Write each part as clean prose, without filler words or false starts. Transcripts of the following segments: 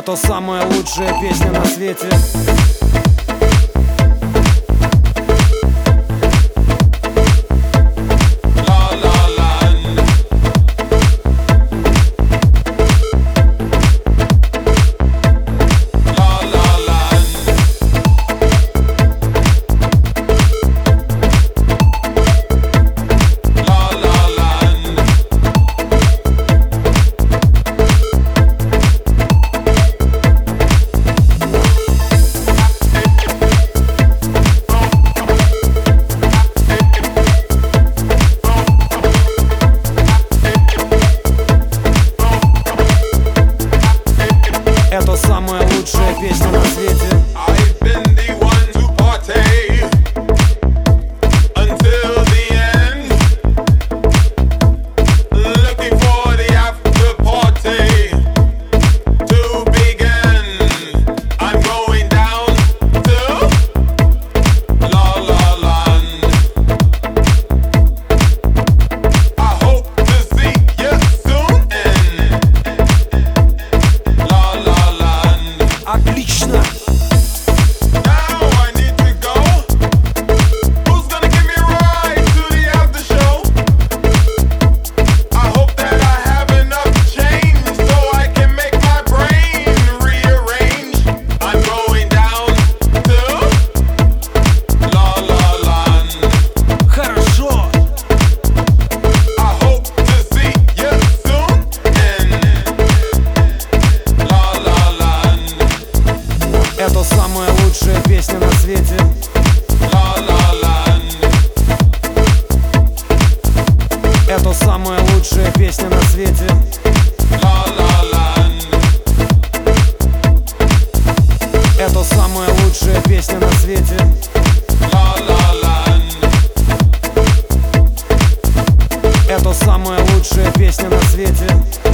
Это самая лучшая песня на свете. Это самая лучшая песня на свете. Отлично! Это самая лучшая песня на свете. Это самая лучшая песня на свете. Это самая лучшая песня на свете. Это самая лучшая песня на свете.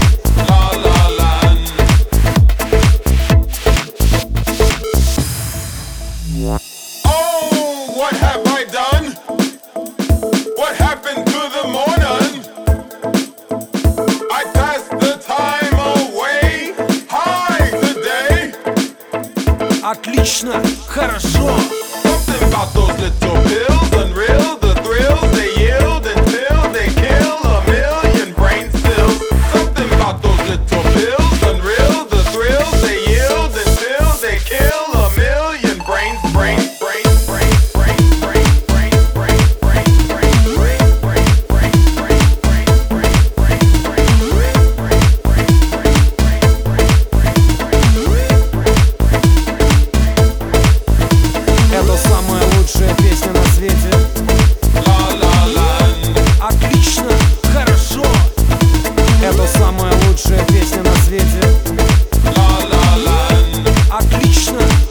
What have I done? What happened to the morning? I passed the time away. Hi today. Отлично, хорошо. Something about those little pills, unreal, the thrills they yield until they kill a million brain cells. Something about those little pills, unreal, the thrills they yield until they kill a million brains. Это самая лучшая песня на свете. Отлично, хорошо. Это самая лучшая песня на свете. Отлично.